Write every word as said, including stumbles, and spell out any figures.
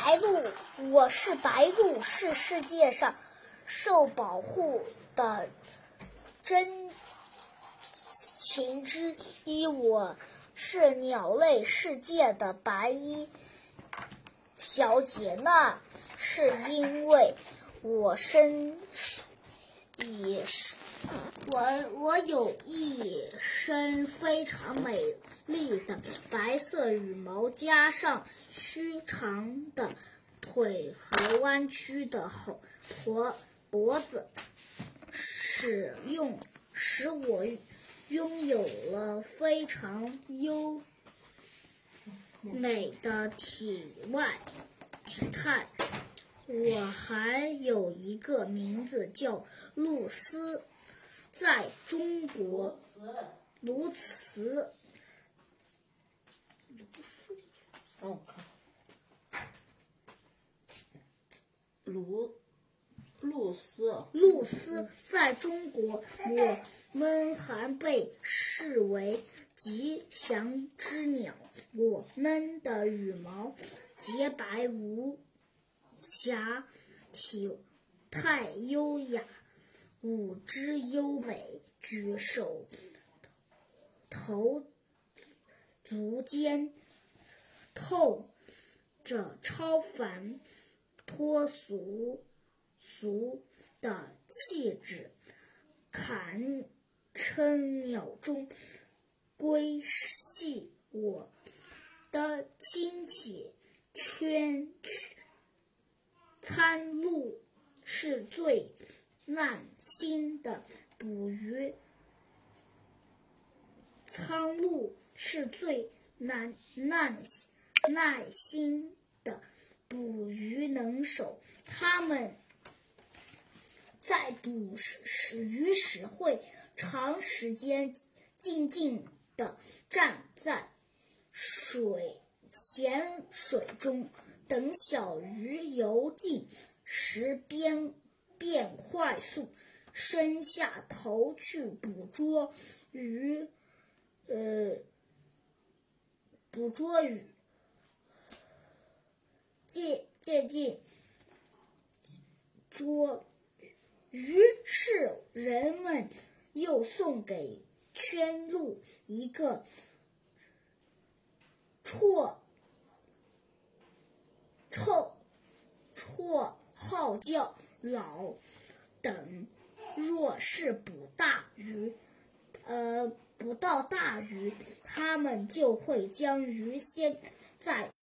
白鹭，我是白鹭，是世界上受保护的珍禽之一。我是鸟类世界的白衣小姐，那是因为我身以我我有一身非常美丽的白色羽毛，加上须长的腿和弯曲的后脖脖子，使用使我拥有了非常优美的体外体态。我还有一个名字叫露丝，在中国鸬鹚哦，鸬鹭丝， 露丝在中国我们还被视为吉祥之鸟。我们的羽毛洁白无瑕，体态优雅，舞姿优美，举手投足间透着超凡脱俗俗的气质，堪称鸟中归系。我的亲戚圈苍鹭是最耐心的捕鱼，苍鹭是最耐耐耐心的捕鱼能手。它们在捕鱼时会长时间静静地站在水浅水中，等小鱼游近时便便快速伸下头去捕捉鱼，呃，捕捉鱼，接接近捉鱼。是人们又送给圈鹭一个绰绰绰号叫老等。若是捕大鱼，呃，捕到大鱼，他们就会将鱼先在